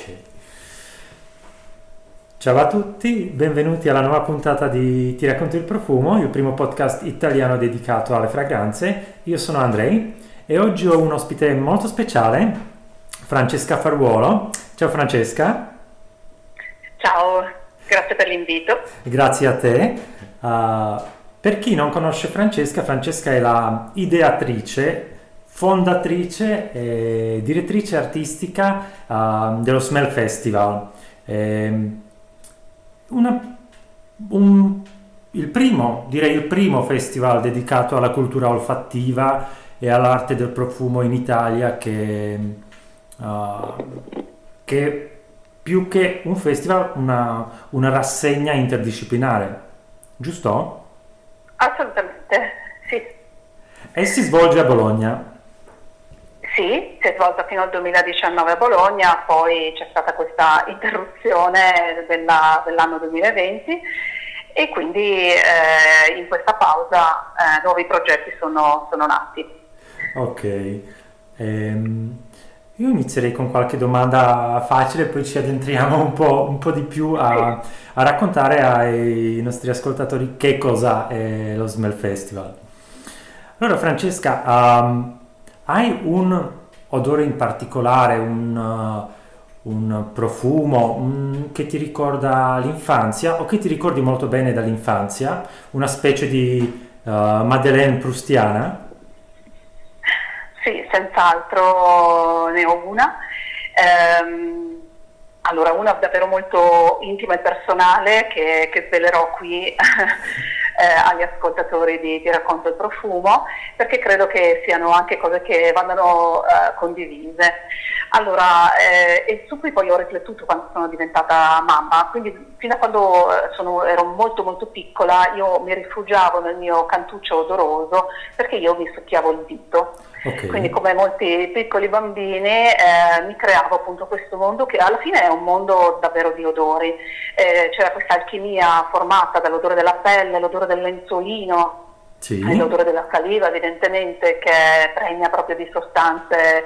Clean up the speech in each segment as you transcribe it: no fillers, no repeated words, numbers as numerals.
Ok. Ciao a tutti, benvenuti alla nuova puntata di Ti racconto il profumo, il primo podcast italiano dedicato alle fragranze. Io sono Andrei e oggi ho un ospite molto speciale, Francesca Faruolo. Ciao Francesca. Ciao, grazie per l'invito. Grazie a te. Per chi non conosce Francesca, Francesca è la ideatrice, fondatrice e direttrice artistica dello Smell Festival. Una- il primo festival dedicato alla cultura olfattiva e all'arte del profumo in Italia che più che un festival, una rassegna interdisciplinare, giusto? Assolutamente, sì. E si svolge a Bologna. Sì, si è svolta fino al 2019 a Bologna, poi c'è stata questa interruzione dell'anno 2020 e quindi in questa pausa nuovi progetti sono nati. Ok. Io inizierei con qualche domanda facile, poi ci addentriamo un po' di più a raccontare ai nostri ascoltatori che cosa è lo Smell Festival. Allora, Francesca, hai un odore in particolare, un profumo che ti ricorda l'infanzia o che ti ricordi molto bene dall'infanzia, una specie di Madeleine proustiana? Sì, senz'altro ne ho una. Allora, una davvero molto intima e personale che svelerò qui agli ascoltatori di Ti racconto il profumo, perché credo che siano anche cose che vadano condivise. Allora, e su cui poi ho riflettuto quando sono diventata mamma, quindi fino a quando ero molto molto piccola io mi rifugiavo nel mio cantuccio odoroso perché io mi succhiavo il dito. Ok. Quindi come molti piccoli bambini mi creavo appunto questo mondo che alla fine è un mondo davvero di odori. C'era questa alchimia formata dall'odore della pelle, l'odore del lenzuolino, Sì. l'odore della saliva evidentemente, che pregna proprio di sostanze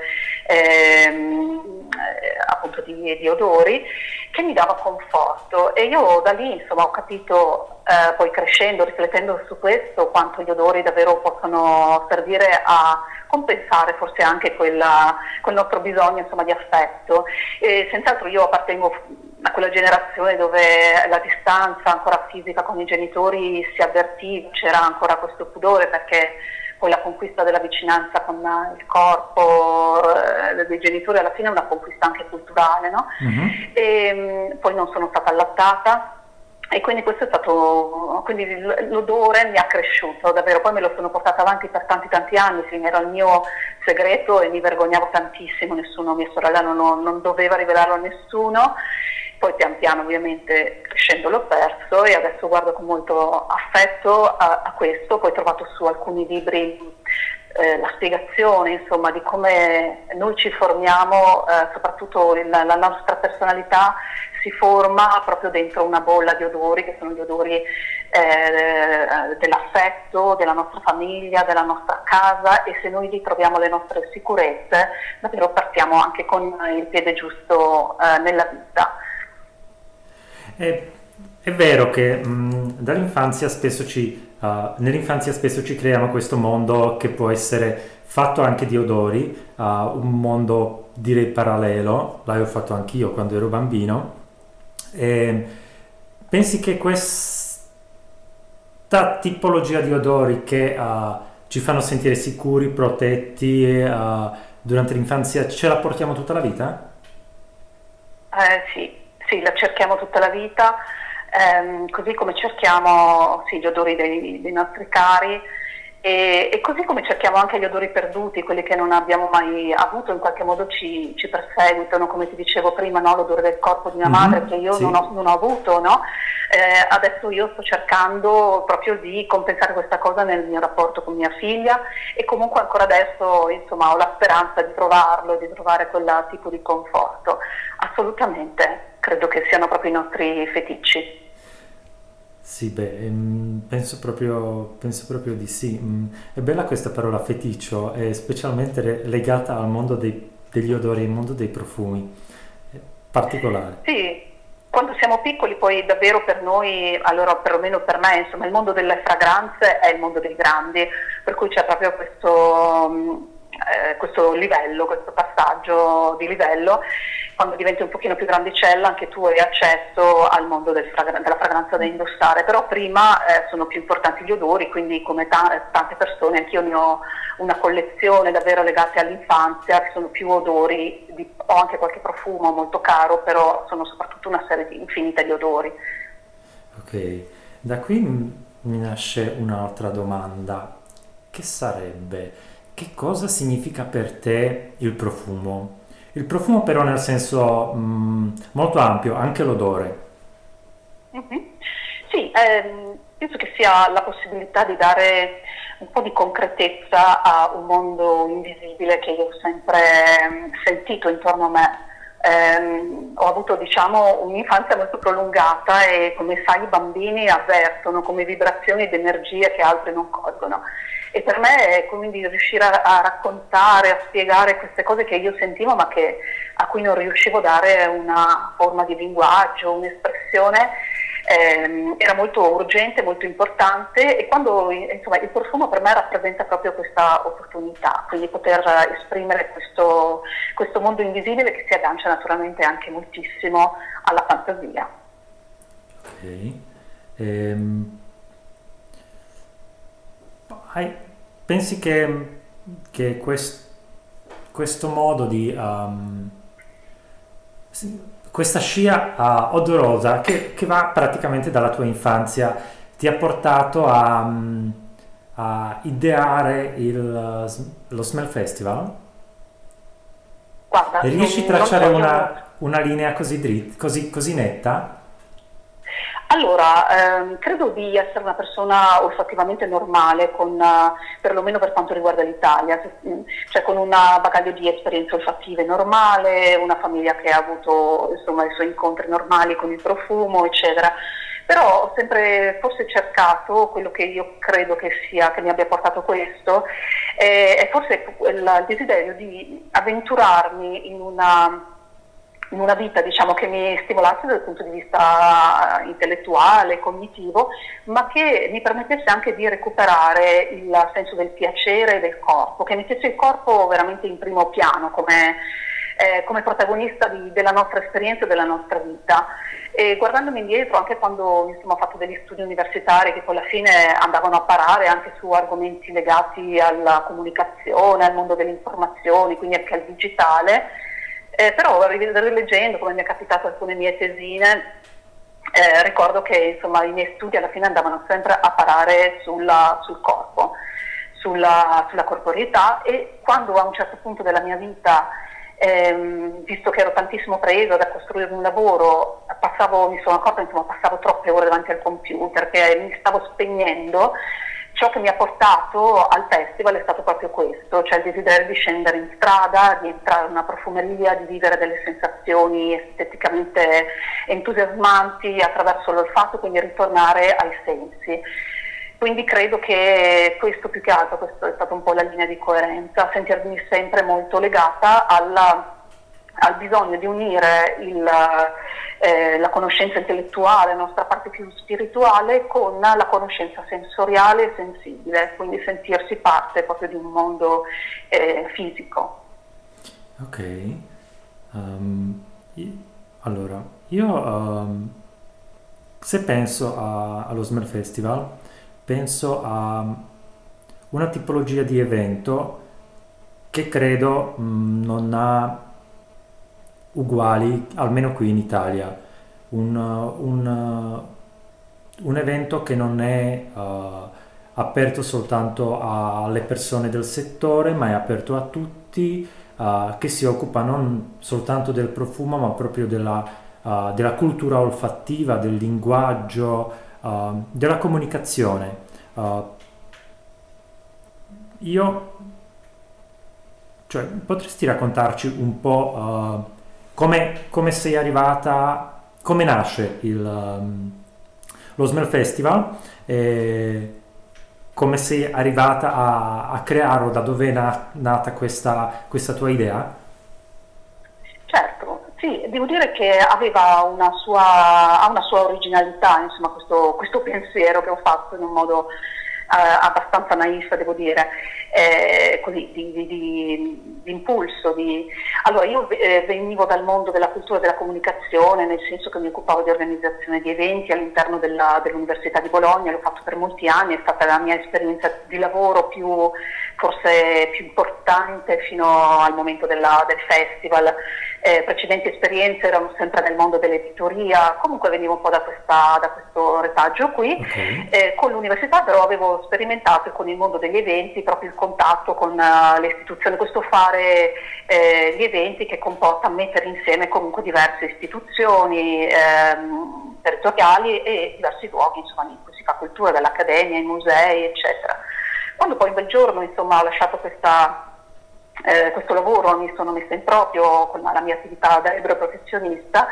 appunto di odori, che mi dava conforto, e io da lì insomma ho capito poi crescendo, riflettendo su questo, quanto gli odori davvero possono servire a compensare forse anche quel nostro bisogno insomma di affetto. E senz'altro io appartengo a quella generazione dove la distanza ancora fisica con i genitori si avvertiva, c'era ancora questo pudore, perché poi la conquista della vicinanza con il corpo dei genitori alla fine è una conquista anche culturale, no? Mhm. E poi non sono stata allattata. E quindi questo è stato, quindi l'odore mi ha cresciuto davvero, poi me lo sono portata avanti per tanti anni, sì, era il mio segreto e mi vergognavo tantissimo, mia sorella non doveva rivelarlo a nessuno. Poi pian piano ovviamente crescendo l'ho perso e adesso guardo con molto affetto a questo. Poi ho trovato su alcuni libri la spiegazione insomma di come noi ci formiamo, soprattutto la nostra personalità si forma proprio dentro una bolla di odori, che sono gli odori dell'affetto, della nostra famiglia, della nostra casa, e se noi ritroviamo le nostre sicurezze davvero partiamo anche con il piede giusto nella vita. È vero che nell'infanzia spesso ci creiamo questo mondo che può essere fatto anche di odori, un mondo direi parallelo, l'avevo fatto anch'io quando ero bambino. E pensi che questa tipologia di odori che ci fanno sentire sicuri, protetti durante l'infanzia, ce la portiamo tutta la vita? Sì, la cerchiamo tutta la vita, così come cerchiamo sì, gli odori dei nostri cari, e così come cerchiamo anche gli odori perduti, quelli che non abbiamo mai avuto, in qualche modo ci perseguitano, come ti dicevo prima, no? L'odore del corpo di mia madre che io sì. non ho avuto, no? Adesso io sto cercando proprio di compensare questa cosa nel mio rapporto con mia figlia, e comunque ancora adesso insomma ho la speranza di trovarlo, di trovare quel tipo di conforto. Assolutamente, credo che siano proprio i nostri feticci. Sì, penso proprio di sì. È bella questa parola feticcio, è specialmente legata al mondo degli odori, al mondo dei profumi. particolare. Sì, quando siamo piccoli poi davvero per noi, allora perlomeno per me, insomma, il mondo delle fragranze è il mondo dei grandi, per cui c'è proprio questo livello, questo passaggio di livello. Quando diventi un pochino più grandicella anche tu hai accesso al mondo della fragranza da indossare, però prima sono più importanti gli odori, quindi come tante persone anch'io ne ho una collezione davvero legata all'infanzia, che sono più odori, ho anche qualche profumo molto caro, però sono soprattutto una serie di infinita di odori. Ok, da qui mi nasce un'altra domanda, che sarebbe, che cosa significa per te il profumo? Il profumo però nel senso molto ampio, anche l'odore. Mhm. Sì, penso che sia la possibilità di dare un po' di concretezza a un mondo invisibile che io ho sempre sentito intorno a me. Ho avuto, diciamo, un'infanzia molto prolungata e come sai i bambini avvertono come vibrazioni ed energie che altri non colgono. E per me è quindi riuscire a raccontare, a spiegare queste cose che io sentivo ma a cui non riuscivo a dare una forma di linguaggio, un'espressione, era molto urgente, molto importante e quando insomma, il profumo per me rappresenta proprio questa opportunità, quindi poter esprimere questo mondo invisibile che si aggancia naturalmente anche moltissimo alla fantasia. Ok. Ehm, pensi che questo modo di questa scia odorosa che va praticamente dalla tua infanzia ti ha portato a ideare lo Smell Festival? Guarda, E riesci a non tracciare so, io una linea così così netta? allora, credo di essere una persona olfattivamente normale, perlomeno per quanto riguarda l'Italia, cioè con un bagaglio di esperienze olfattive normale, una famiglia che ha avuto insomma, i suoi incontri normali con il profumo, eccetera. Però ho sempre forse cercato quello che io credo che mi abbia portato questo, è forse il desiderio di avventurarmi in una vita diciamo, che mi stimolasse dal punto di vista intellettuale, cognitivo, ma che mi permettesse anche di recuperare il senso del piacere del corpo, che mettesse il corpo veramente in primo piano come protagonista della nostra esperienza e della nostra vita. E guardandomi indietro, anche quando insomma, ho fatto degli studi universitari che poi alla fine andavano a parare anche su argomenti legati alla comunicazione, al mondo delle informazioni, quindi anche al digitale, però rileggendo, come mi è capitato alcune mie tesine, ricordo che insomma, i miei studi alla fine andavano sempre a parare sul corpo, sulla corporeità e quando a un certo punto della mia vita, visto che ero tantissimo presa da costruire un lavoro, mi sono accorta insomma passavo troppe ore davanti al computer, che mi stavo spegnendo. Ciò che mi ha portato al festival è stato proprio questo, cioè il desiderio di scendere in strada, di entrare in una profumeria, di vivere delle sensazioni esteticamente entusiasmanti attraverso l'olfatto, quindi ritornare ai sensi. Quindi credo che questo più che altro, questo è stata un po' la linea di coerenza, sentirmi sempre molto legata al bisogno di unire la conoscenza intellettuale, la nostra parte più spirituale, con la conoscenza sensoriale e sensibile, quindi sentirsi parte proprio di un mondo fisico. Ok. Allora, io se penso allo Smell Festival, penso a una tipologia di evento che credo non ha uguali, almeno qui in Italia. Un evento che non è aperto soltanto alle persone del settore, ma è aperto a tutti, che si occupa non soltanto del profumo, ma proprio della cultura olfattiva, del linguaggio, della comunicazione. Io, cioè, potresti raccontarci un po' come sei arrivata, come nasce lo Smell Festival, e come sei arrivata a crearlo, da dove è nata questa tua idea? Certo, Sì, devo dire che ha una sua originalità, insomma, questo pensiero che ho fatto in un modo abbastanza naif, devo dire, così, di impulso. Allora, io venivo dal mondo della cultura e della comunicazione, nel senso che mi occupavo di organizzazione di eventi all'interno dell'Università di Bologna, l'ho fatto per molti anni, è stata la mia esperienza di lavoro forse più importante fino al momento del festival. Precedenti esperienze erano sempre nel mondo dell'editoria, comunque venivo un po' da questo retaggio qui. Ok. Con l'università però avevo sperimentato con il mondo degli eventi proprio il contatto con le istituzioni, questo fare gli eventi che comporta mettere insieme comunque diverse istituzioni territoriali e diversi luoghi, insomma, in cui si fa cultura, dall'accademia, i musei, eccetera. Quando poi un bel giorno, insomma, ho lasciato questo lavoro, mi sono messa in proprio con la mia attività da libero professionista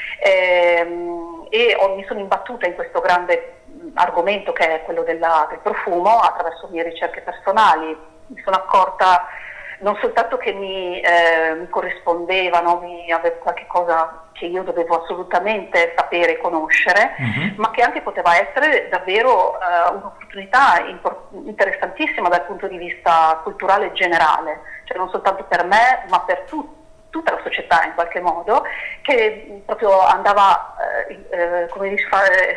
mi sono imbattuta in questo grande argomento che è quello del profumo attraverso mie ricerche personali. Mi sono accorta non soltanto che mi corrispondevevano, avevo qualche cosa che io dovevo assolutamente sapere e conoscere, ma che anche poteva essere davvero un'opportunità interessantissima dal punto di vista culturale generale, cioè non soltanto per me, ma per tutta la società in qualche modo, che proprio andava, come dice,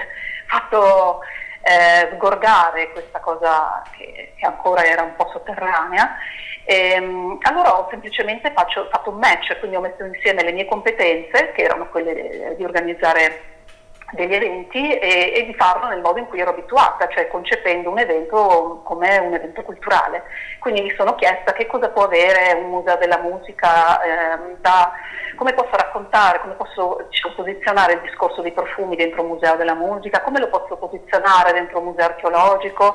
fatto sgorgare questa cosa che ancora era un po' sotterranea. Allora ho semplicemente fatto un match, quindi ho messo insieme le mie competenze, che erano quelle di organizzare degli eventi e di farlo nel modo in cui ero abituata, cioè concependo un evento come un evento culturale. Quindi mi sono chiesta che cosa può avere un museo della musica, come posso raccontare, come posso posizionare il discorso dei profumi dentro un museo della musica, come lo posso posizionare dentro un museo archeologico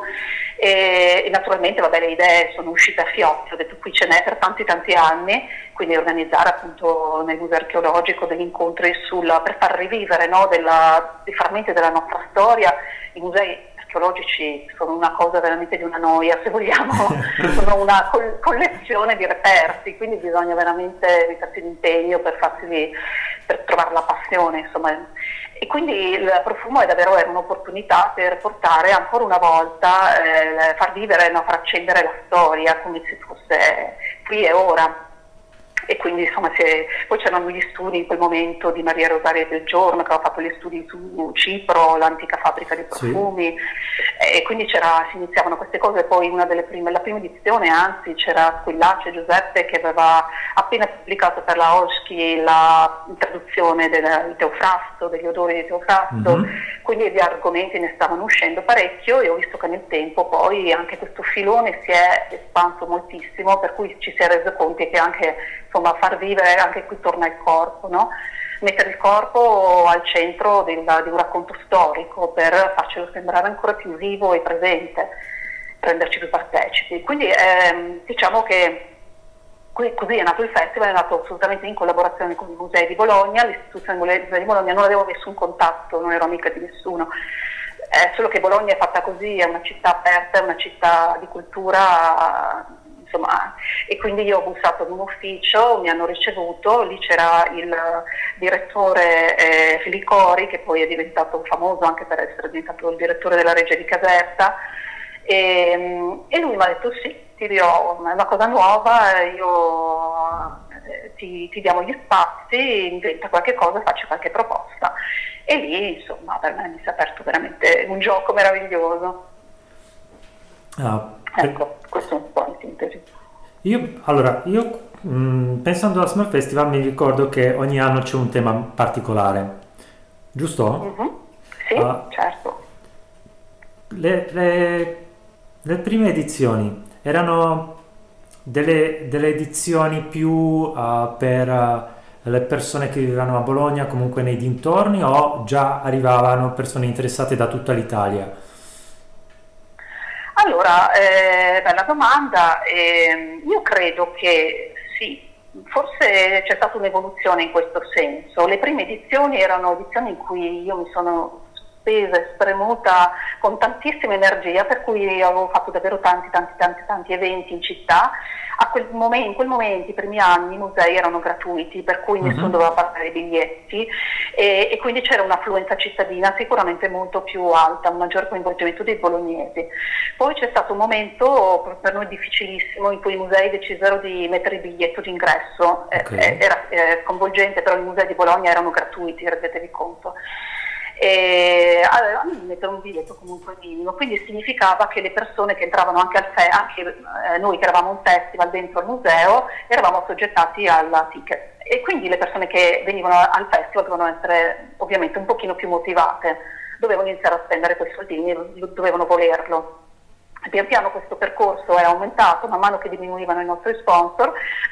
e naturalmente le idee sono uscite a fiocchi, ho detto qui ce n'è per tanti anni, quindi organizzare appunto nel museo archeologico degli incontri per far rivivere, no, dei frammenti della nostra storia. I musei archeologici sono una cosa veramente di una noia, se vogliamo, sono una collezione di reperti, quindi bisogna veramente mettersi in impegno per trovare la passione, insomma. E quindi il profumo era un'opportunità per portare ancora una volta, far vivere, no, far accendere la storia come se fosse qui e ora. E quindi insomma poi c'erano gli studi in quel momento di Maria Rosaria del Giorno, che aveva fatto gli studi su Cipro, l'antica fabbrica di profumi, sì. E quindi si iniziavano queste cose. Poi la prima edizione, anzi, c'era Squillace Giuseppe che aveva appena pubblicato per la Oschi la traduzione di Teofrasto, degli odori di Teofrasto, quindi gli argomenti ne stavano uscendo parecchio e ho visto che nel tempo poi anche questo filone si è espanso moltissimo, per cui ci si è reso conto che anche, insomma, far vivere, anche qui torna il corpo, no? Mettere il corpo al centro di un racconto storico per farcelo sembrare ancora più vivo e presente, renderci più partecipi. Quindi diciamo che così è nato il festival, è nato assolutamente in collaborazione con i musei di Bologna, l'istituzione musei di Bologna, non avevo nessun contatto, non ero amica di nessuno, solo che Bologna è fatta così, è una città aperta, è una città di cultura, insomma, e quindi io ho bussato ad un ufficio, mi hanno ricevuto, lì c'era il direttore Filicori, che poi è diventato famoso anche per essere diventato il direttore della Reggia di Caserta, e lui mi ha detto sì, ti dirò, è una cosa nuova, ti diamo gli spazi, inventa qualche cosa, faccio qualche proposta. E lì, insomma, per me mi si è aperto veramente un gioco meraviglioso. Ecco, questo è un po' in sintesi. Io pensando al Smell Festival mi ricordo che ogni anno c'è un tema particolare, giusto? Sì, certo. Le prime edizioni erano delle edizioni più per le persone che vivevano a Bologna, comunque nei dintorni, o già arrivavano persone interessate da tutta l'Italia? Allora, bella domanda. Io credo che sì, forse c'è stata un'evoluzione in questo senso. Le prime edizioni erano edizioni in cui io mi sono spesa e spremuta con tantissima energia, per cui avevo fatto davvero tanti eventi in città. In quel momento, i primi anni, i musei erano gratuiti, per cui nessuno doveva pagare i biglietti e quindi c'era un'affluenza cittadina sicuramente molto più alta, un maggior coinvolgimento dei bolognesi. Poi c'è stato un momento per noi difficilissimo in cui i musei decisero di mettere il biglietto d'ingresso, era sconvolgente, però i musei di Bologna erano gratuiti, rendetevi conto. E avevano mettere un biglietto comunque minimo, quindi significava che le persone che entravano anche noi che eravamo un festival dentro il museo eravamo assoggettati al ticket, e quindi le persone che venivano al festival dovevano essere ovviamente un pochino più motivate, dovevano iniziare a spendere quei soldini, dovevano volerlo. Pian piano questo percorso è aumentato man mano che diminuivano i nostri sponsor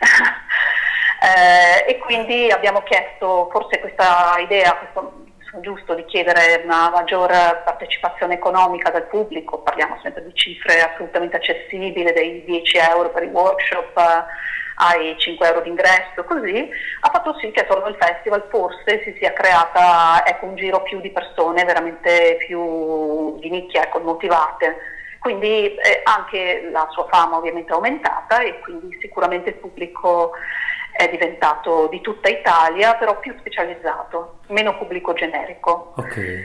e quindi abbiamo chiesto forse questa idea, giusto, di chiedere una maggior partecipazione economica dal pubblico. Parliamo sempre di cifre assolutamente accessibili, dei 10 euro per i workshop ai 5 euro d'ingresso, così ha fatto sì che attorno al festival forse si sia creata un giro più di persone veramente più di nicchia, motivate. Quindi anche la sua fama ovviamente è aumentata e quindi sicuramente il pubblico è diventato di tutta Italia, però più specializzato, meno pubblico generico. Ok.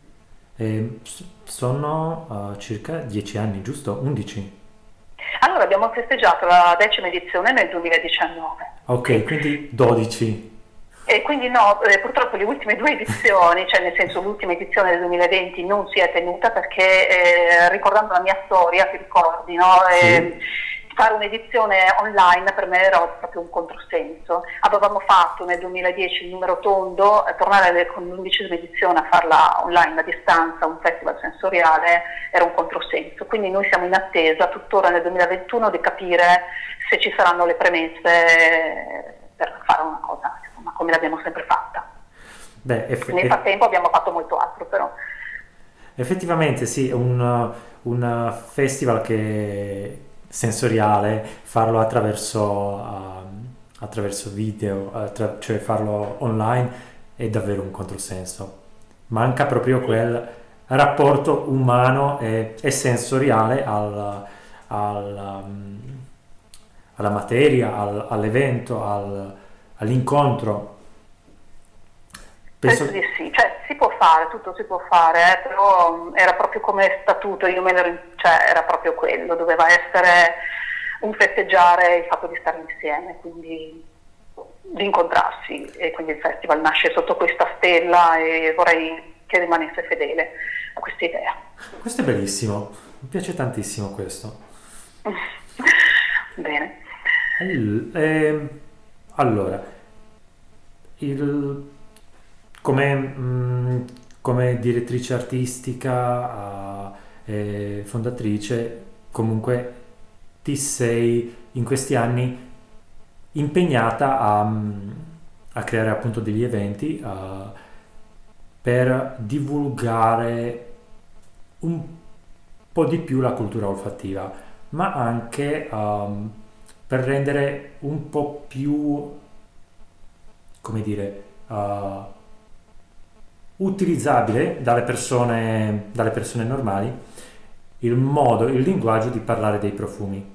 Sono circa 10 anni, giusto? 11? Allora abbiamo festeggiato la 10ª edizione nel 2019. Ok, quindi 12. E quindi no, purtroppo le ultime 2 edizioni, cioè nel senso l'ultima edizione del 2020 non si è tenuta perché ricordando la mia storia, ti ricordi, no? Sì. Fare un'edizione online per me era proprio un controsenso. Avevamo fatto nel 2010 il numero tondo, tornare con l'11ª edizione a farla online a distanza, un festival sensoriale, era un controsenso. Quindi noi siamo in attesa tuttora nel 2021 di capire se ci saranno le premesse per fare una cosa, insomma, come l'abbiamo sempre fatta. Nel frattempo abbiamo fatto molto altro, però. Effettivamente sì, è un festival che sensoriale, farlo attraverso video, cioè farlo online è davvero un controsenso. Manca proprio quel rapporto umano e sensoriale alla materia, all'evento, all'incontro. Penso di sì, cioè si può fare, tutto si può fare, però era proprio come statuto, era proprio quello, doveva essere un festeggiare il fatto di stare insieme, quindi di incontrarsi, e quindi il festival nasce sotto questa stella e vorrei che rimanesse fedele a questa idea. Questo è bellissimo, mi piace tantissimo questo. Bene. Allora, come direttrice artistica e fondatrice, comunque ti sei in questi anni impegnata a creare appunto degli eventi per divulgare un po' di più la cultura olfattiva, ma anche per rendere un po' più, come dire, utilizzabile dalle persone normali il linguaggio di parlare dei profumi.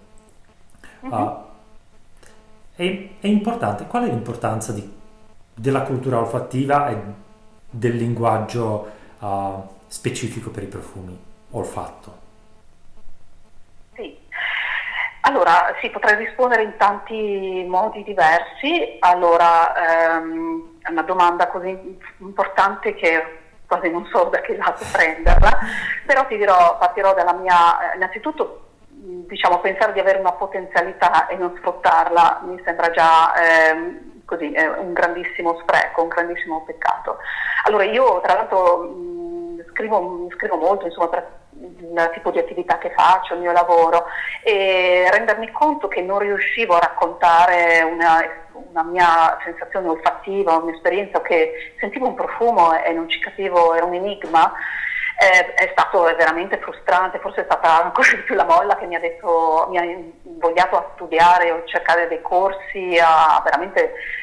È importante. Qual è l'importanza della cultura olfattiva e del linguaggio specifico per i profumi, olfatto? Sì. Allora, sì, potrei rispondere in tanti modi diversi. Allora, è una domanda così importante che quasi non so da che lato prenderla, però partirò dalla mia, innanzitutto, diciamo, pensare di avere una potenzialità e non sfruttarla mi sembra già così, un grandissimo spreco, un grandissimo peccato. Allora, io tra l'altro scrivo molto, insomma, per il tipo di attività che faccio, il mio lavoro, e rendermi conto che non riuscivo a raccontare una mia sensazione olfattiva, un'esperienza, che sentivo un profumo e non ci capivo, era un enigma, è stato veramente frustrante. Forse è stata ancora di più la molla che mi ha invogliato a studiare o cercare dei corsi, a veramente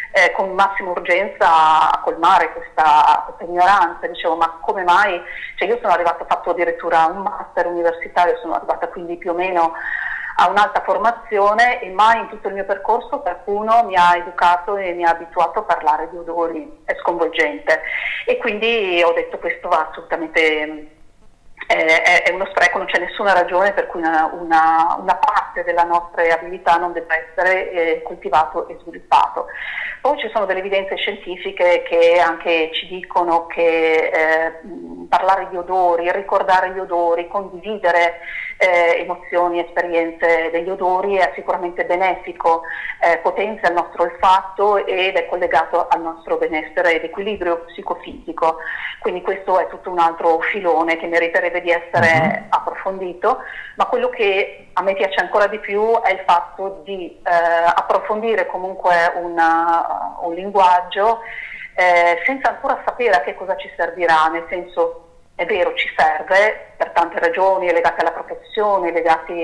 con massima urgenza a colmare questa ignoranza. Dicevo, ma come mai? Cioè, io sono arrivata, ho fatto addirittura un master universitario, sono arrivata quindi più o meno a un'alta formazione, e mai in tutto il mio percorso qualcuno mi ha educato e mi ha abituato a parlare di odori. È sconvolgente. E quindi ho detto, questo va assolutamente, è uno spreco, non c'è nessuna ragione per cui una parte della nostra abilità non debba essere coltivato e sviluppato. Poi ci sono delle evidenze scientifiche che anche ci dicono che parlare di odori, ricordare gli odori, condividere emozioni, esperienze degli odori è sicuramente benefico, potenzia il nostro olfatto ed è collegato al nostro benessere ed equilibrio psicofisico. Quindi questo è tutto un altro filone che meriterebbe di essere approfondito, ma quello che a me piace ancora di più è il fatto di approfondire comunque un linguaggio senza ancora sapere a che cosa ci servirà, nel senso, è vero, ci serve per tante ragioni legate alla professione, legate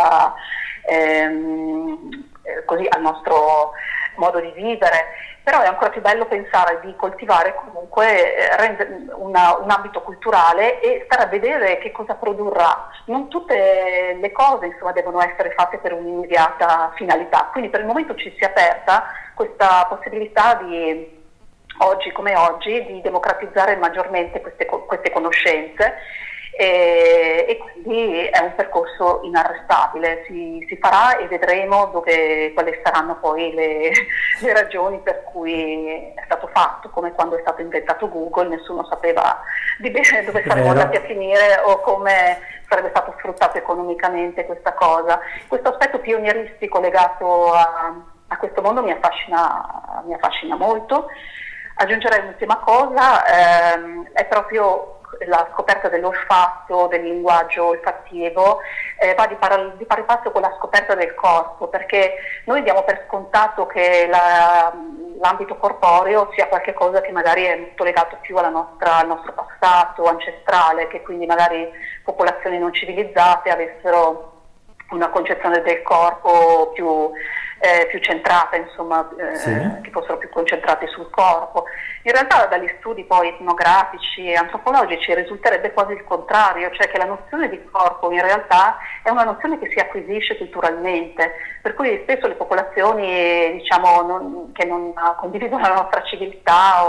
così, al nostro modo di vivere, però è ancora più bello pensare di coltivare comunque un ambito culturale e stare a vedere che cosa produrrà. Non tutte le cose, insomma, devono essere fatte per un'immediata finalità, quindi per il momento ci si è aperta questa possibilità di, oggi come oggi, di democratizzare maggiormente queste conoscenze, e quindi è un percorso inarrestabile, si farà e vedremo quali saranno poi le ragioni per cui è stato fatto, come quando è stato inventato Google, nessuno sapeva di bene dove saremmo andati a finire o come sarebbe stato sfruttato economicamente questa cosa. Questo aspetto pionieristico legato a questo mondo mi affascina molto. Aggiungerei un'ultima cosa, è proprio la scoperta dell'olfatto, del linguaggio olfattivo, va di pari passo con la scoperta del corpo, perché noi diamo per scontato che l'ambito corporeo sia qualcosa che magari è molto legato più al nostro passato ancestrale, che quindi magari popolazioni non civilizzate avessero una concezione del corpo più centrata, insomma, Sì. che fossero più concentrati sul corpo. In realtà dagli studi poi etnografici e antropologici risulterebbe quasi il contrario, cioè che la nozione di corpo in realtà è una nozione che si acquisisce culturalmente, per cui spesso le popolazioni, diciamo, che non condividono la nostra civiltà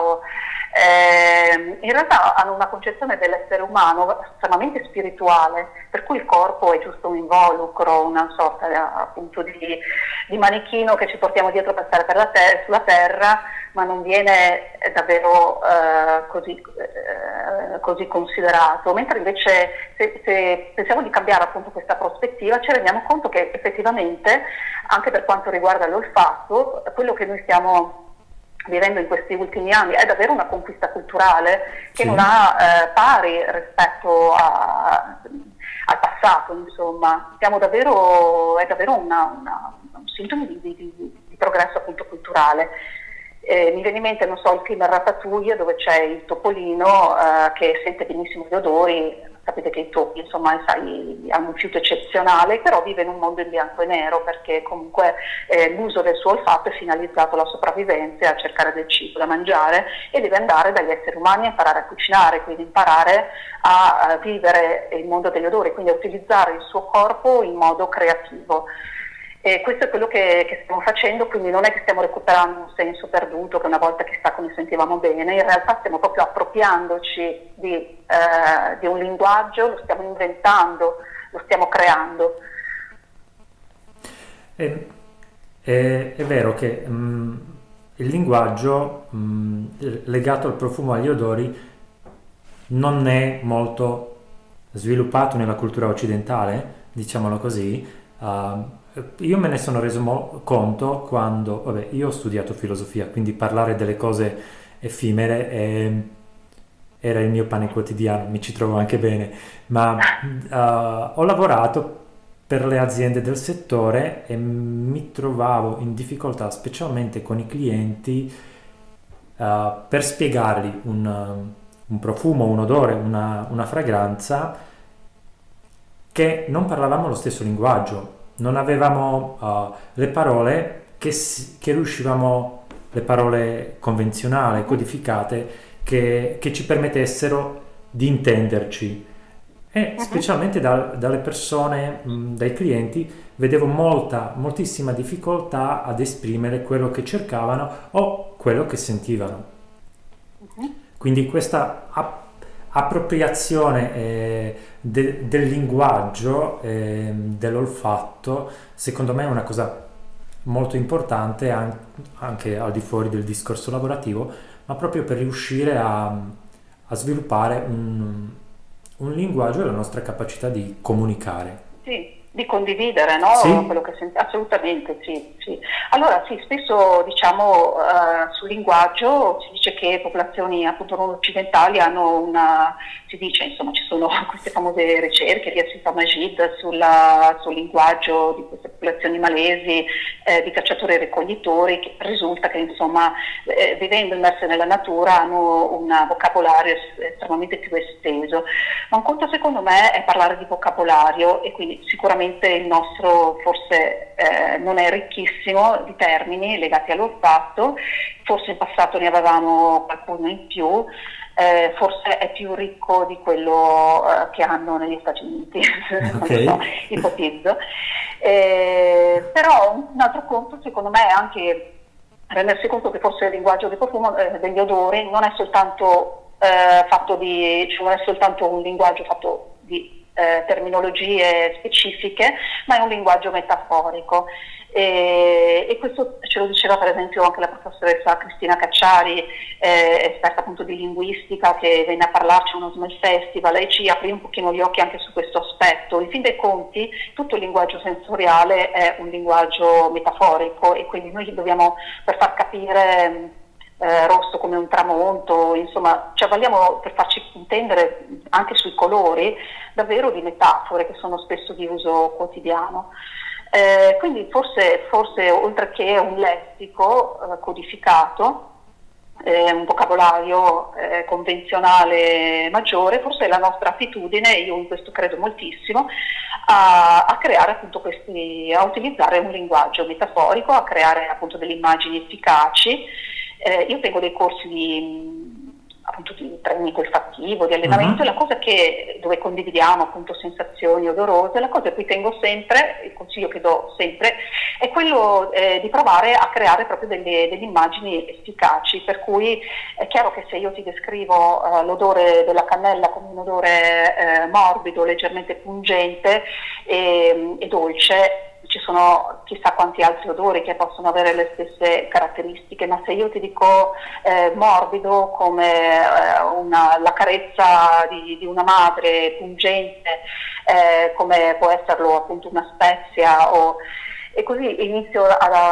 in realtà hanno una concezione dell'essere umano estremamente spirituale, per cui il corpo è giusto un involucro, una sorta appunto di manichino che ci portiamo dietro per stare sulla terra, ma non viene davvero così considerato. Mentre invece se pensiamo di cambiare appunto questa prospettiva, ci rendiamo conto che effettivamente, anche per quanto riguarda l'olfatto, quello che noi stiamo vivendo in questi ultimi anni è davvero una conquista culturale che non ha pari rispetto al passato, insomma. È davvero un sintomo di progresso appunto culturale. Mi viene in mente, non so, il film Ratatouille, dove c'è il topolino che sente benissimo gli odori. Sapete che i topi, insomma, hanno un fiuto eccezionale, però vive in un mondo in bianco e nero, perché comunque l'uso del suo olfatto è finalizzato alla sopravvivenza e a cercare del cibo da mangiare, e deve andare dagli esseri umani a imparare a cucinare, quindi imparare a vivere il mondo degli odori, quindi a utilizzare il suo corpo in modo creativo. E questo è quello che stiamo facendo, quindi non è che stiamo recuperando un senso perduto che una volta che ne sentivamo bene, in realtà stiamo proprio appropriandoci di un linguaggio, lo stiamo inventando, lo stiamo creando. È vero che il linguaggio legato al profumo e agli odori non è molto sviluppato nella cultura occidentale, diciamolo così. Io me ne sono reso conto quando, io ho studiato filosofia, quindi parlare delle cose effimere era il mio pane quotidiano, mi ci trovo anche bene, ma ho lavorato per le aziende del settore e mi trovavo in difficoltà, specialmente con i clienti, per spiegargli un profumo, un odore, una fragranza, che non parlavamo lo stesso linguaggio. Non avevamo le parole che riuscivamo le parole convenzionali, codificate, che ci permettessero di intenderci. E Mhm. specialmente dalle persone, dai clienti, vedevo moltissima difficoltà ad esprimere quello che cercavano o quello che sentivano. Mhm. Quindi questa appropriazione del linguaggio, dell'olfatto, secondo me è una cosa molto importante anche al di fuori del discorso lavorativo, ma proprio per riuscire a sviluppare un linguaggio e la nostra capacità di comunicare. Sì, di condividere, no? Quello Sì? che senti, assolutamente, sì, sì. Allora, sì, spesso diciamo sul linguaggio si dice che popolazioni appunto non occidentali hanno una, si dice, insomma, ci sono queste famose ricerche di Asif Majid sul linguaggio di queste popolazioni malesi, di cacciatori e raccoglitori, che risulta che insomma vivendo immerse nella natura hanno un vocabolario estremamente più esteso. Ma un conto secondo me è parlare di vocabolario e quindi sicuramente il nostro forse non è ricchissimo di termini legati all'olfatto, forse in passato ne avevamo qualcuno in più, forse è più ricco di quello che hanno negli Stati Uniti, non Ok. lo so, ipotizzo. Però un altro conto secondo me è anche rendersi conto che forse il linguaggio del profumo, degli odori, non è soltanto fatto di, cioè non è soltanto un linguaggio fatto di terminologie specifiche, ma è un linguaggio metaforico. E questo ce lo diceva per esempio anche la professoressa Cristina Cacciari, esperta appunto di linguistica, che venne a parlarci a uno Smell Festival e ci aprì un pochino gli occhi anche su questo aspetto. In fin dei conti tutto il linguaggio sensoriale è un linguaggio metaforico e quindi noi dobbiamo, per far capire rosso come un tramonto, insomma, ci avvaliamo per farci intendere anche sui colori davvero di metafore che sono spesso di uso quotidiano. Quindi forse oltre che un lessico codificato, un vocabolario convenzionale maggiore, forse è la nostra attitudine, io in questo credo moltissimo, a creare appunto a utilizzare un linguaggio metaforico, a creare appunto delle immagini efficaci. Io tengo dei corsi appunto di training olfattivo, di allenamento, e la Mhm. cosa dove condividiamo appunto sensazioni odorose, la cosa a cui tengo sempre, il consiglio che do sempre, è quello di provare a creare proprio delle immagini efficaci, per cui è chiaro che se io ti descrivo l'odore della cannella come un odore morbido, leggermente pungente e dolce, ci sono chissà quanti altri odori che possono avere le stesse caratteristiche, ma se io ti dico morbido come la carezza di una madre, pungente come può esserlo appunto una spezia, e così inizio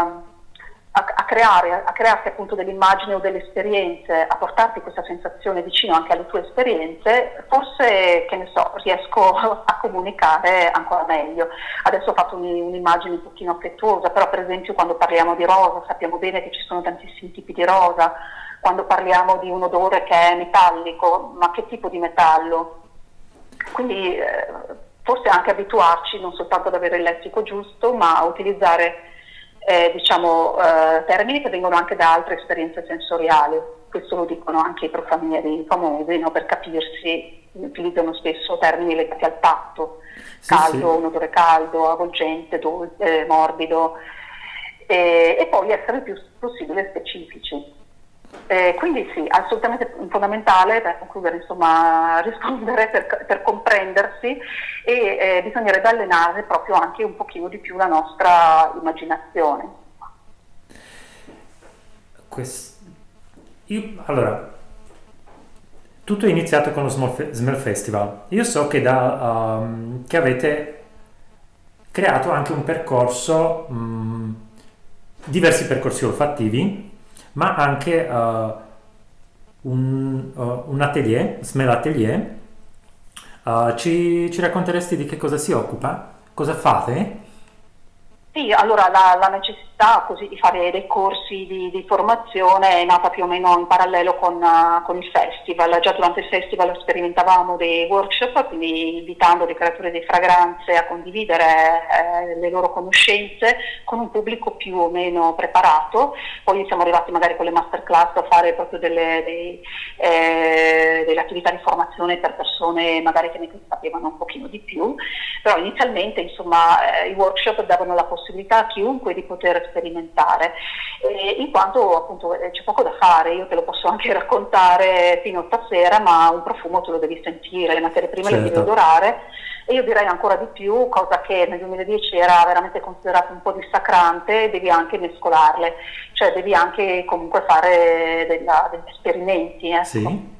a crearti appunto delle immagini o delle esperienze, a portarti questa sensazione vicino anche alle tue esperienze, forse, che ne so, riesco a comunicare ancora meglio. Adesso ho fatto un'immagine un pochino affettuosa, però per esempio quando parliamo di rosa sappiamo bene che ci sono tantissimi tipi di rosa, quando parliamo di un odore che è metallico, ma che tipo di metallo? Quindi forse anche abituarci non soltanto ad avere il lessico giusto, ma a utilizzare diciamo, termini che vengono anche da altre esperienze sensoriali. Questo lo dicono anche i profanieri famosi, no? Per capirsi utilizzano spesso termini legati al tatto, Sì, caldo, sì. un odore caldo, avvolgente, morbido, e poi essere il più possibile specifici. Quindi sì, assolutamente fondamentale per concludere, insomma, rispondere per comprendersi, e bisognerebbe allenare proprio anche un pochino di più la nostra immaginazione. Quest- allora, tutto è iniziato con lo Smell Festival. Io so che avete creato anche un percorso, diversi percorsi olfattivi, ma anche un atelier, Smell Atelier. Ci racconteresti di che cosa si occupa? Cosa fate? Sì, allora la necessità necessità così di fare dei corsi di formazione è nata più o meno in parallelo con il festival. Già durante il festival sperimentavamo dei workshop, quindi invitando dei creatori di fragranze a condividere le loro conoscenze con un pubblico più o meno preparato. Poi siamo arrivati magari con le masterclass a fare proprio delle attività di formazione per persone magari che ne sapevano un pochino di più, però inizialmente insomma i workshop davano la possibilità a chiunque di poter sperimentare, in quanto appunto c'è poco da fare. Io te lo posso anche raccontare fino a stasera, ma un profumo tu lo devi sentire, le materie prime le devi odorare, e io direi ancora di più, cosa che nel 2010 era veramente considerata un po' dissacrante, devi anche mescolarle, cioè devi anche comunque fare degli esperimenti, ecco. Sì.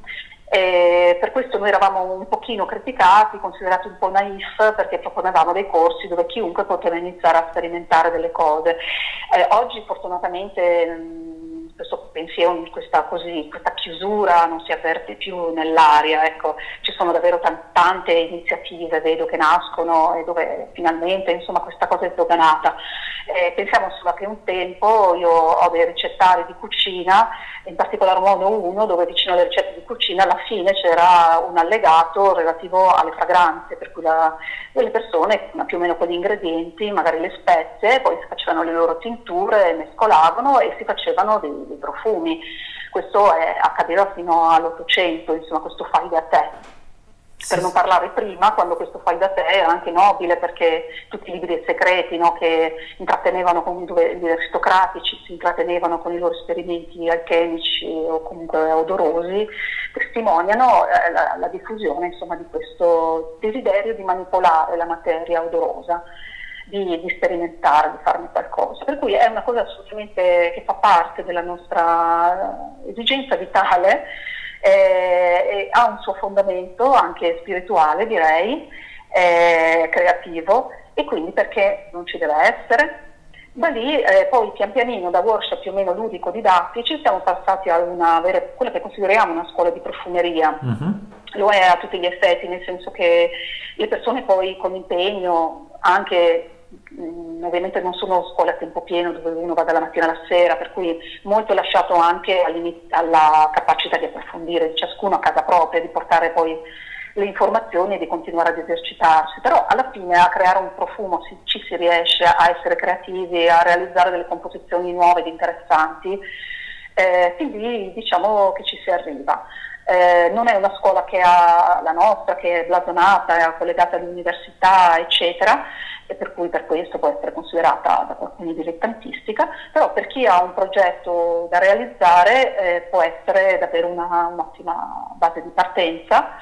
Per questo noi eravamo un pochino criticati, considerati un po' naif, perché proponevamo dei corsi dove chiunque poteva iniziare a sperimentare delle cose. Oggi fortunatamente questo pensiero, questa chiusura non si avverte più nell'aria, ecco. Ci sono davvero tante iniziative, vedo, che nascono e dove finalmente insomma questa cosa è sdoganata. Pensiamo solo che un tempo io ho dei ricettari di cucina, in particolar modo uno dove vicino alle ricette di cucina alla fine c'era un allegato relativo alle fragranze, per cui le persone più o meno con gli ingredienti, magari le spezie, poi si facevano le loro tinture, mescolavano e si facevano dei profumi. Questo accadeva fino all'800, insomma, questo fai da te. Per non parlare prima, quando questo fai da te era anche nobile, perché tutti i libri segreti, no, che intrattenevano dove gli aristocratici si intrattenevano con i loro esperimenti alchemici o comunque odorosi, testimoniano la diffusione, insomma, di questo desiderio di manipolare la materia odorosa, di sperimentare, di farne qualcosa. Per cui è una cosa assolutamente che fa parte della nostra esigenza vitale. Ha un suo fondamento anche spirituale, direi, creativo, e quindi perché non ci deve essere? Da lì poi pian pianino, da workshop più o meno ludico-didattici, siamo passati a quella che consideriamo una scuola di profumeria. Lo è a tutti gli effetti, nel senso che le persone poi con impegno anche, ovviamente non sono scuole a tempo pieno dove uno va dalla mattina alla sera, per cui molto è lasciato anche alla capacità di approfondire di ciascuno a casa propria, di portare poi le informazioni e di continuare ad esercitarsi. Però alla fine a creare un profumo ci si riesce, a essere creativi, a realizzare delle composizioni nuove ed interessanti, quindi diciamo che ci si arriva. Non è una scuola che ha la nostra, che è blasonata, è collegata all'università, eccetera, e per cui per questo può essere considerata da qualcuno dilettantistica, però per chi ha un progetto da realizzare può essere davvero un'ottima base di partenza,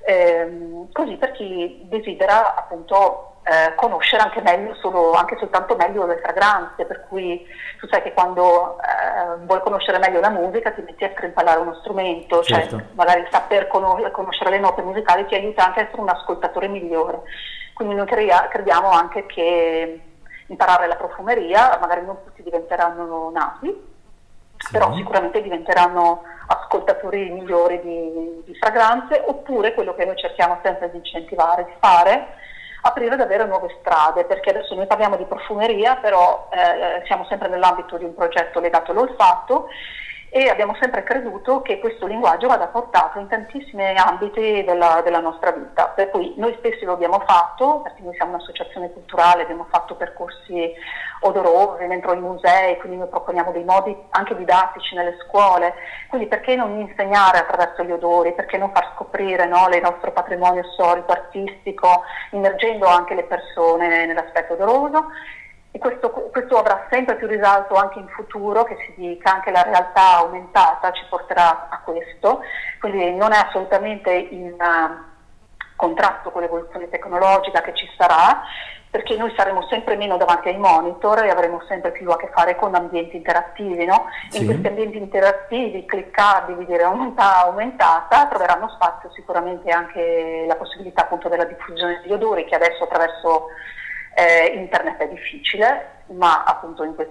così per chi desidera appunto conoscere anche soltanto meglio le fragranze, per cui tu sai che quando vuoi conoscere meglio la musica ti metti a scrimpallare uno strumento, certo. Cioè magari saper conoscere le note musicali ti aiuta anche a essere un ascoltatore migliore. Quindi noi crediamo anche che imparare la profumeria, magari non tutti diventeranno nati, però sicuramente diventeranno ascoltatori migliori di fragranze, oppure quello che noi cerchiamo sempre di incentivare, di fare, aprire davvero nuove strade, perché adesso noi parliamo di profumeria, però siamo sempre nell'ambito di un progetto legato all'olfatto e abbiamo sempre creduto che questo linguaggio vada portato in tantissimi ambiti della nostra vita, per cui noi stessi lo abbiamo fatto, perché noi siamo un'associazione culturale, abbiamo fatto percorsi odorosi dentro i musei, quindi noi proponiamo dei modi anche didattici nelle scuole, quindi perché non insegnare attraverso gli odori, perché non far scoprire, no, il nostro patrimonio storico, artistico, immergendo anche le persone nell'aspetto odoroso. E questo avrà sempre più risalto anche in futuro, che si dica, anche la realtà aumentata ci porterà a questo, quindi non è assolutamente in contrasto con l'evoluzione tecnologica che ci sarà, perché noi saremo sempre meno davanti ai monitor e avremo sempre più a che fare con ambienti interattivi, no? Sì. In questi ambienti interattivi, cliccabili di realtà aumentata, troveranno spazio sicuramente anche la possibilità appunto della diffusione di odori, che adesso attraverso internet è difficile, ma appunto in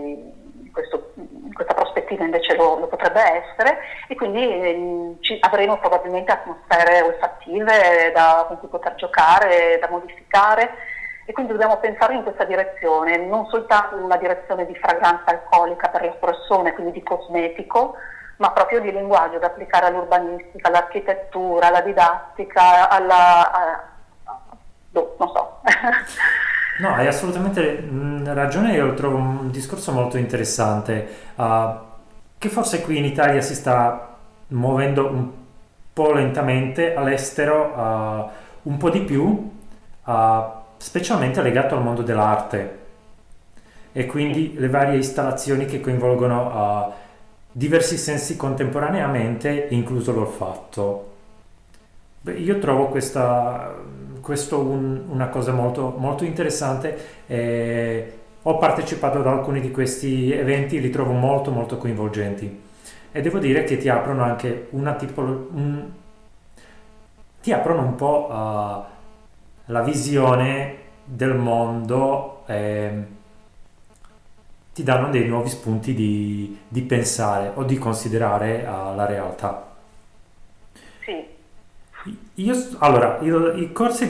questa prospettiva invece lo potrebbe essere, e quindi avremo probabilmente atmosfere olfattive con cui poter giocare, da modificare, e quindi dobbiamo pensare in questa direzione, non soltanto in una direzione di fragranza alcolica per le persone, quindi di cosmetico, ma proprio di linguaggio da applicare all'urbanistica, all'architettura, alla didattica, non so. No, hai assolutamente ragione, io lo trovo un discorso molto interessante, che forse qui in Italia si sta muovendo un po' lentamente, all'estero un po' di più, specialmente legato al mondo dell'arte e quindi le varie installazioni che coinvolgono diversi sensi contemporaneamente, incluso l'olfatto. Beh, io trovo questo una cosa molto, molto interessante. Ho partecipato ad alcuni di questi eventi, li trovo molto, molto coinvolgenti e devo dire che ti aprono anche ti aprono un po' la visione del mondo, ti danno dei nuovi spunti di pensare o di considerare la realtà. Sì. Allora, i corsi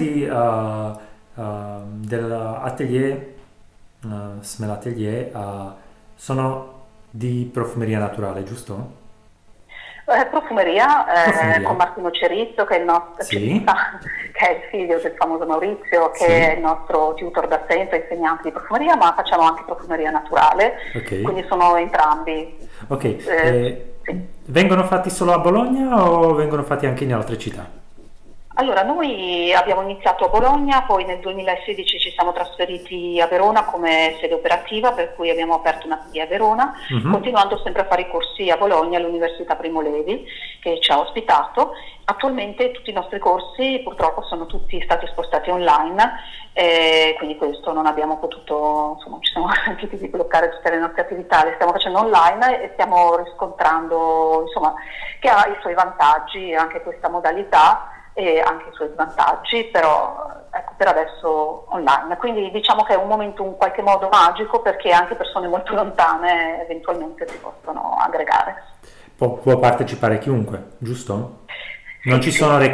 dell'atelier, Smell Atelier, sono di profumeria naturale, giusto? Profumeria, Profumeria. con Martino Cerizzo, che è il nostro Sì, che è il figlio del famoso Maurizio, che è sì, il nostro tutor da sempre, insegnante di profumeria, ma facciamo anche profumeria naturale, ok. quindi sono entrambi. Ok, Sì. vengono fatti solo a Bologna o vengono fatti anche in altre città? Allora, noi abbiamo iniziato a Bologna, poi nel 2016 ci siamo trasferiti a Verona come sede operativa, per cui abbiamo aperto una filiale a Verona, Mhm. continuando sempre a fare i corsi a Bologna all'Università Primo Levi, che ci ha ospitato. Attualmente tutti i nostri corsi purtroppo sono tutti stati spostati online, quindi questo non abbiamo potuto, insomma, ci siamo sentiti di bloccare tutte le nostre attività, le stiamo facendo online e stiamo riscontrando, insomma, che ha i suoi vantaggi anche questa modalità e anche i suoi svantaggi, però ecco, per adesso online. Quindi diciamo che è un momento in qualche modo magico, perché anche persone molto lontane eventualmente si possono aggregare. Può partecipare chiunque, giusto? Non Sì, ci sono sì.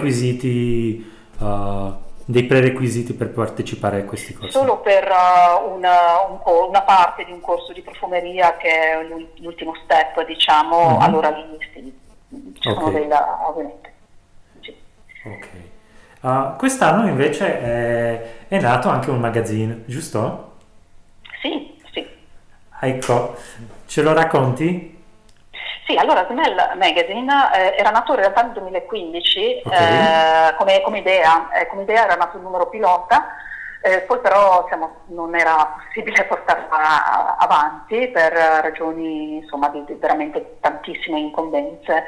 dei prerequisiti per partecipare a questi corsi. Solo per una parte di un corso di profumeria, che è l'ultimo step, diciamo, Mhm. allora lì sì, ci Ok, sono ovviamente. Sì. ok. Quest'anno invece è nato anche un magazine, giusto? Sì, sì. Ecco, ce lo racconti? Sì, allora Smell Magazine era nato in realtà nel 2015 Ok. come idea, era nato il numero pilota, poi però non era possibile portarla avanti per ragioni insomma, di veramente tantissime incombenze.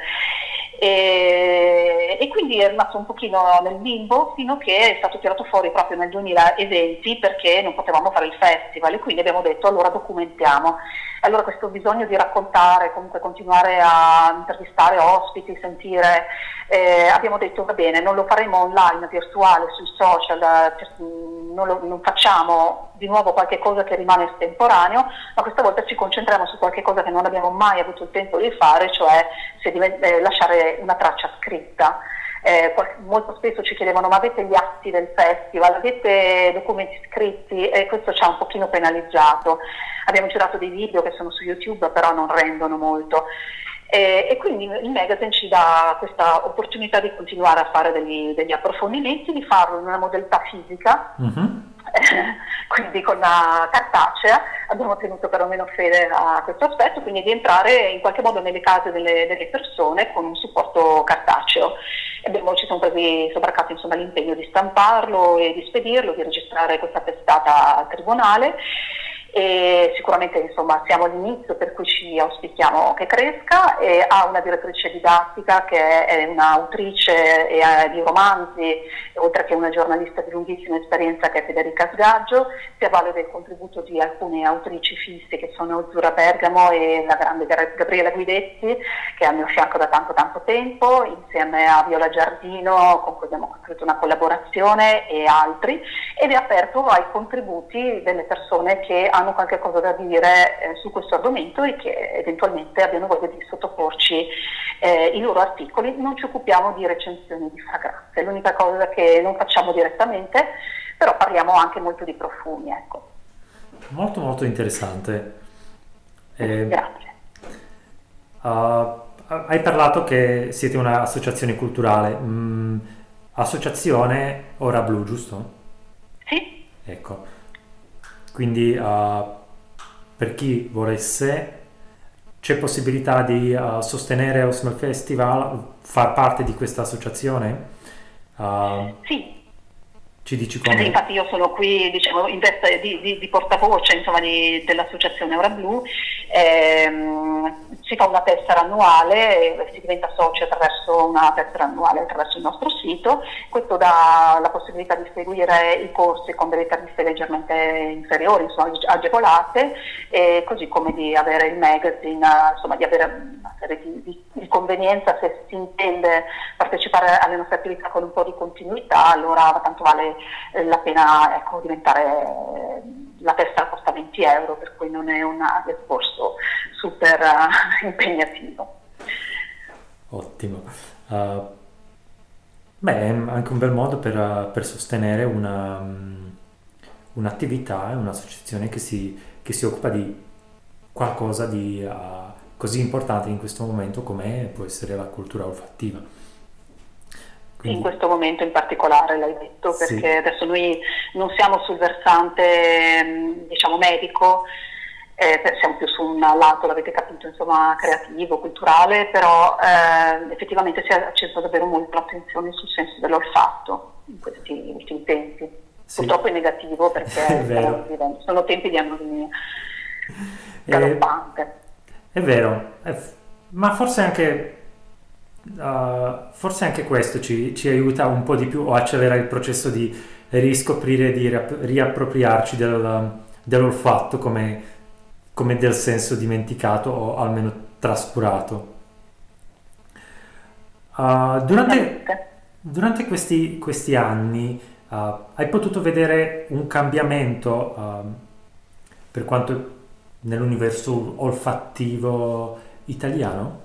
E quindi è rimasto un pochino nel limbo fino a che è stato tirato fuori proprio nel 2020, perché non potevamo fare il festival, e quindi abbiamo detto allora documentiamo. Allora questo bisogno di raccontare, comunque continuare a intervistare ospiti, sentire, abbiamo detto va bene, non lo faremo online, virtuale, sui social, non facciamo di nuovo qualche cosa che rimane estemporaneo, ma questa volta ci concentriamo su qualche cosa che non abbiamo mai avuto il tempo di fare, cioè lasciare una traccia scritta. Molto spesso ci chiedevano ma avete gli atti del festival, avete documenti scritti, e questo ci ha un pochino penalizzato. Abbiamo girato dei video che sono su YouTube, però non rendono molto. E quindi il magazine ci dà questa opportunità di continuare a fare degli approfondimenti, di farlo in una modalità fisica, Mhm. quindi con la cartacea. Abbiamo tenuto perlomeno fede a questo aspetto, quindi di entrare in qualche modo nelle case delle persone con un supporto cartaceo. Ci siamo presi sopraccatti insomma, l'impegno di stamparlo e di spedirlo, di registrare questa testata al tribunale. E sicuramente insomma siamo all'inizio, per cui ci auspichiamo che cresca, e ha una direttrice didattica che è un'autrice di romanzi, oltre che una giornalista di lunghissima esperienza, che è Federica Sgaggio. Si avvale del contributo di alcune autrici fisse, che sono Zura Bergamo e la grande Gabriela Guidetti, che è al mio fianco da tanto tempo, insieme a Viola Giardino, con cui abbiamo costruito una collaborazione, e altri, ed è aperto ai contributi delle persone che hanno qualche cosa da dire su questo argomento e che eventualmente abbiano voglia di sottoporci i loro articoli. Non ci occupiamo di recensioni di fragranze, l'unica cosa che non facciamo direttamente, però parliamo anche molto di profumi, ecco. Molto molto interessante. Grazie. Hai parlato che siete un'associazione culturale, associazione Ora Blu, giusto? Sì? Ecco, quindi per chi volesse c'è possibilità di sostenere lo Smell Festival, far parte di questa associazione? Uh, Sì. Ci dici Sì, come? infatti io sono qui, diciamo, in veste di portavoce, insomma, dell'associazione Ora Blu. Si fa una tessera annuale, si diventa soci attraverso una tessera annuale attraverso il nostro sito. Questo dà la possibilità di seguire i corsi con delle tariffe leggermente inferiori, insomma, agevolate, così come di avere il magazine, insomma, di avere una serie di convenienza. Se si intende partecipare alle nostre attività con un po' di continuità, allora tanto vale la pena, ecco, diventare, la testa costa 20 euro, per cui non è un esborso super impegnativo. Ottimo. Beh, è anche un bel modo per sostenere un'attività, un'associazione che si occupa di qualcosa di così importante in questo momento come può essere la cultura olfattiva. In Quindi, questo momento in particolare l'hai detto, sì, perché adesso noi non siamo sul versante, diciamo, medico, siamo più su un lato, l'avete capito, insomma, creativo, culturale, però effettivamente si è acceso davvero molto l'attenzione sul senso dell'olfatto in questi ultimi tempi. sì, Purtroppo è negativo, è perché vero. sono tempi di anomalia È, galoppante. è vero, ma forse anche questo ci aiuta un po' di più o accelera il processo di riscoprire, di riappropriarci dell'olfatto come del senso dimenticato o almeno trascurato. Uh, durante, Assolutamente. durante questi anni hai potuto vedere un cambiamento per quanto nell'universo olfattivo italiano?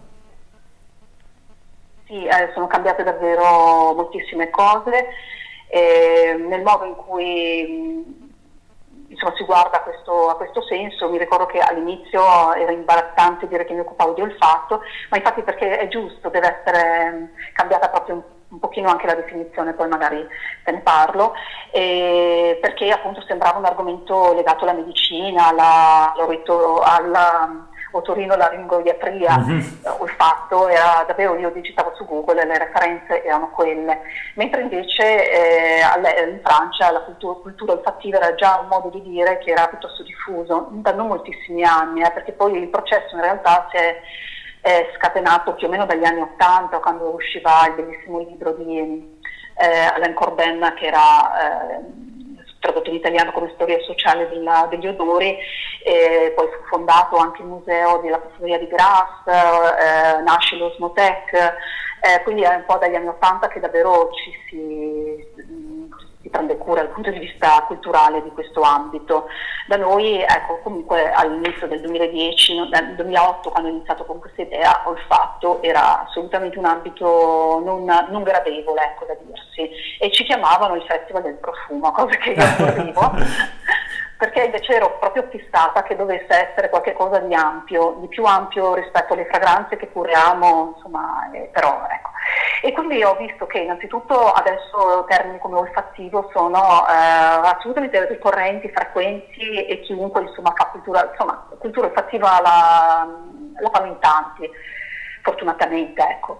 Sì, sono cambiate davvero moltissime cose, nel modo in cui insomma, si guarda a questo senso. Mi ricordo che all'inizio era imbarazzante dire che mi occupavo di olfatto, ma infatti perché è giusto, deve essere cambiata proprio un pochino anche la definizione, poi magari te ne parlo, perché appunto sembrava un argomento legato alla medicina, alla otorinolaringoiatria. Olfatto era davvero, io digitavo su Google e le referenze erano quelle, mentre invece in Francia la cultura olfattiva era già un modo di dire che era piuttosto diffuso, da non moltissimi anni, perché poi il processo in realtà si è scatenato più o meno dagli anni '80, quando usciva il bellissimo libro di Alain Corbin, che era tradotto in italiano come Storia sociale degli odori. Poi fu fondato anche il museo della profumeria di Grasse, nasce l'Osmotech, quindi è un po' dagli anni '80 che davvero si prende cura dal punto di vista culturale di questo ambito. Da noi, ecco, comunque all'inizio del 2010, nel 2008, quando ho iniziato con questa idea, olfatto era assolutamente un ambito non gradevole, ecco, da dirsi, e ci chiamavano il Festival del Profumo, cosa che io aborrivo, perché invece ero proprio fissata che dovesse essere qualcosa di ampio, di più ampio rispetto alle fragranze che pure amo, insomma, però ecco. E quindi ho visto che innanzitutto adesso termini come olfattivo sono assolutamente ricorrenti, frequenti, e chiunque insomma fa cultura olfattiva la fanno in tanti, fortunatamente, ecco.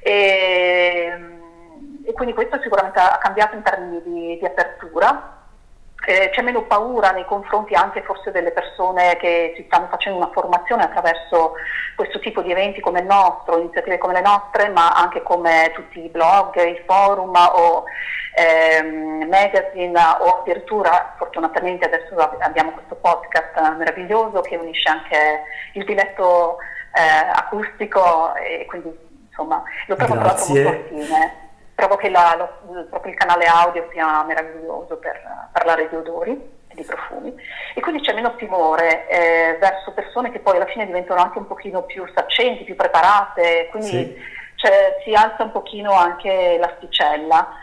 E quindi questo sicuramente ha cambiato in termini di apertura. C'è meno paura nei confronti anche forse delle persone che si stanno facendo una formazione attraverso questo tipo di eventi come il nostro, iniziative come le nostre, ma anche come tutti i blog, i forum o magazine, o addirittura fortunatamente adesso abbiamo questo podcast meraviglioso che unisce anche il diletto acustico, e quindi insomma lo trovo tra l'altro molto Grazie. affine. Trovo che proprio il canale audio sia meraviglioso per parlare di odori e di profumi, e quindi c'è meno timore verso persone che poi alla fine diventano anche un pochino più saccenti, più preparate, quindi Sì, si alza un pochino anche l'asticella.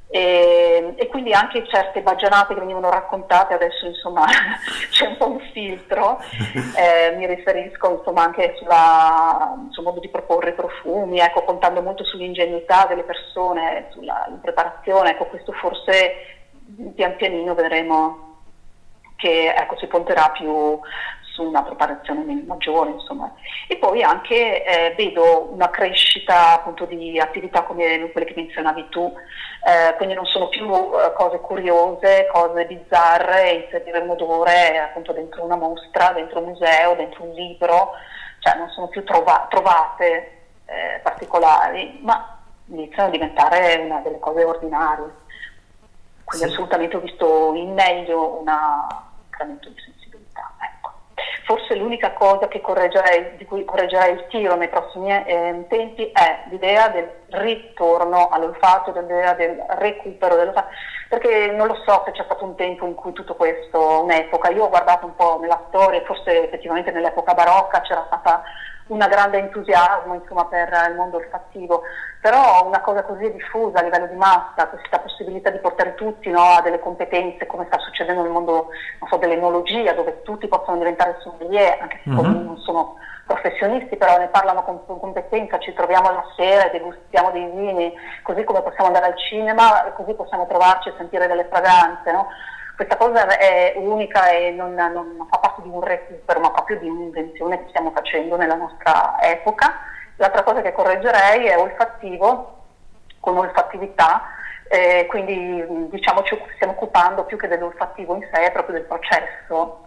e quindi anche certe baggianate che venivano raccontate adesso insomma c'è un po' un filtro, mi riferisco insomma anche sul modo di proporre i profumi, ecco, contando molto sull'ingenuità delle persone, sulla preparazione, ecco, questo forse pian pianino vedremo che ecco, si punterà più su una preparazione maggiore, insomma. E poi anche vedo una crescita appunto di attività come quelle che menzionavi tu, quindi non sono più cose curiose, cose bizzarre, inserire un odore appunto dentro una mostra, dentro un museo, dentro un libro, cioè non sono più trovate particolari, ma iniziano a diventare una delle cose ordinarie. Quindi sì, assolutamente ho visto in meglio un incremento di sensibilità. Ecco. Forse l'unica cosa di cui correggerei il tiro nei prossimi tempi è l'idea del ritorno all'olfatto, l'idea del recupero dell'olfatto, perché non lo so se c'è stato un tempo in cui tutto questo, un'epoca, io ho guardato un po' nella storia, forse effettivamente nell'epoca barocca c'era stata una grande entusiasmo insomma, per il mondo olfattivo, però una cosa così diffusa a livello di massa, questa possibilità di portare tutti, no, a delle competenze come sta succedendo nel mondo, non so, dell'enologia, dove tutti possono diventare sommelier, anche se non sono professionisti, però ne parlano con competenza, ci troviamo la sera e degustiamo dei vini, così come possiamo andare al cinema, e così possiamo trovarci e sentire delle fragranze, no? Questa cosa è unica e non fa parte di un recupero, ma proprio di un'invenzione che stiamo facendo nella nostra epoca. L'altra cosa che correggerei è olfattivo, con olfattività, quindi diciamo ci stiamo occupando più che dell'olfattivo in sé, proprio del processo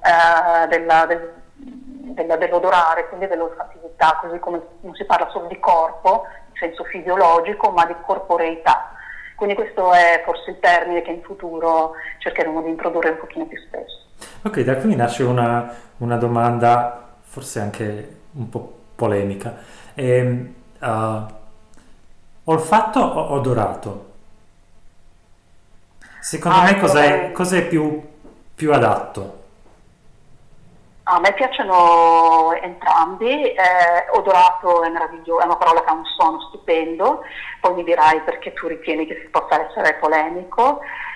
dell'odorare, quindi dell'olfattività, così come non si parla solo di corpo, in senso fisiologico, ma di corporeità. Quindi questo è forse il termine che in futuro cercheremo di introdurre un pochino più spesso. Ok, da qui nasce una domanda forse anche un po' polemica. Olfatto o odorato? Secondo me cos'è più adatto? A me piacciono entrambi, odorato è meraviglioso, è una parola che ha un suono stupendo, poi mi dirai perché tu ritieni che possa essere polemico.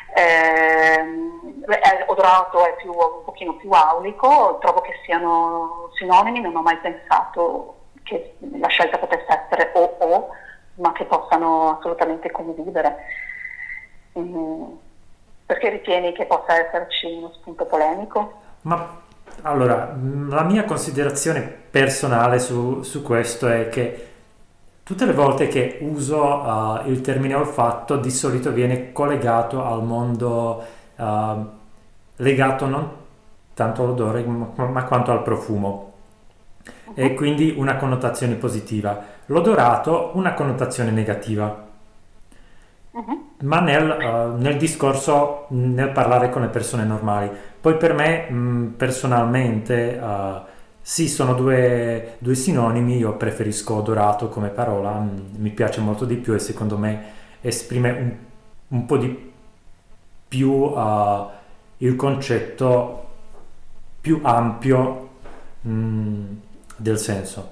Odorato è un pochino più aulico, trovo che siano sinonimi, non ho mai pensato che la scelta potesse essere o, ma che possano assolutamente condividere. Perché ritieni che possa esserci uno spunto polemico? Allora, la mia considerazione personale su questo è che tutte le volte che uso il termine olfatto di solito viene collegato al mondo legato non tanto all'odore ma quanto al profumo e quindi una connotazione positiva. L'odorato una connotazione negativa. Ma nel discorso, nel parlare con le persone normali. Poi per me, personalmente, sì, sono due sinonimi, io preferisco odorato come parola, mi piace molto di più e secondo me esprime un po' di più il concetto più ampio del senso.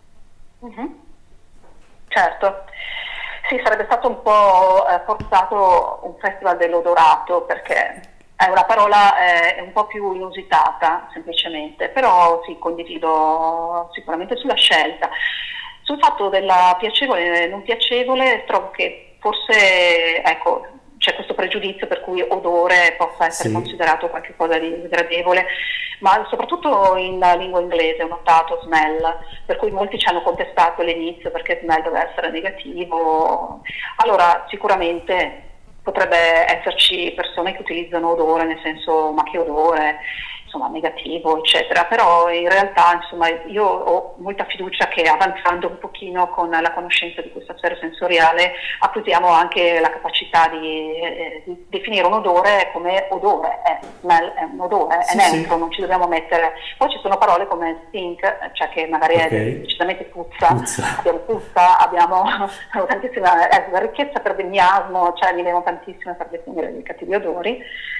Certo. Sì, sarebbe stato un po' forzato un festival dell'odorato perché è una parola un po' più inusitata semplicemente, però sì, condivido sicuramente sulla scelta. Sul fatto della piacevole e non piacevole, trovo che forse ecco, c'è questo pregiudizio per cui odore possa essere considerato qualcosa di gradevole, ma soprattutto in lingua inglese ho notato smell, per cui molti ci hanno contestato all'inizio perché smell deve essere negativo. Allora sicuramente potrebbe esserci persone che utilizzano odore nel senso ma che odore, insomma negativo eccetera, però in realtà insomma io ho molta fiducia che avanzando un pochino con la conoscenza di questa sfera sensoriale acquisiamo anche la capacità di definire un odore come odore, smell è un odore, è neutro, non ci dobbiamo mettere. Poi ci sono parole come stink, cioè che magari è decisamente puzza. Abbiamo puzza, abbiamo tantissima ricchezza per il miasmo, cioè ne abbiamo tantissime per definire i cattivi odori.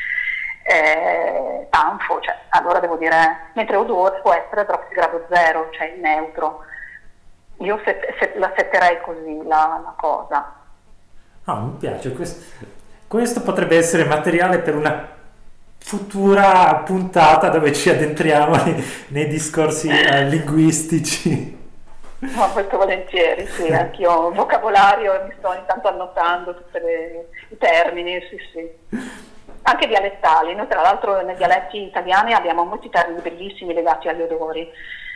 Tanfo, cioè, allora devo dire, mentre odore può essere proprio di grado zero, cioè il neutro. Io la setterei così la cosa. Mi piace questo potrebbe essere materiale per una futura puntata dove ci addentriamo nei discorsi linguistici. No, molto volentieri, sì, anch'io ho un vocabolario e mi sto ogni tanto annotando tutti i termini, sì, sì. Anche dialettali, noi tra l'altro nei dialetti italiani abbiamo molti termini bellissimi legati agli odori,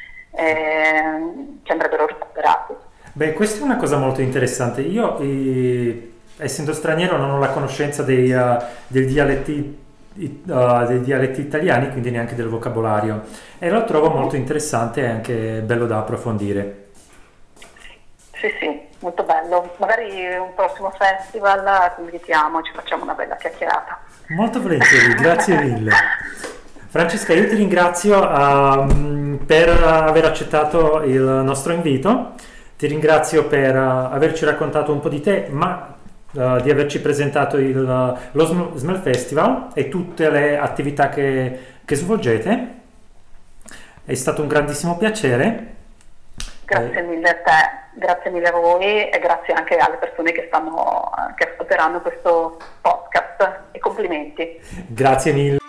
che andrebbero recuperati. Beh, questa è una cosa molto interessante. Io, essendo straniero, non ho la conoscenza dei dialetti italiani, quindi neanche del vocabolario, e lo trovo molto interessante e anche bello da approfondire. Sì, sì, molto bello. Magari un prossimo festival ti invitiamo, ci facciamo una bella chiacchierata. Molto volentieri, grazie mille. Francesca, io ti ringrazio per aver accettato il nostro invito, ti ringrazio per averci raccontato un po' di te, ma di averci presentato lo Smell Festival e tutte le attività che svolgete. È stato un grandissimo piacere. Grazie mille a te, grazie mille a voi e grazie anche alle persone che ascolteranno questo podcast e complimenti. Grazie mille.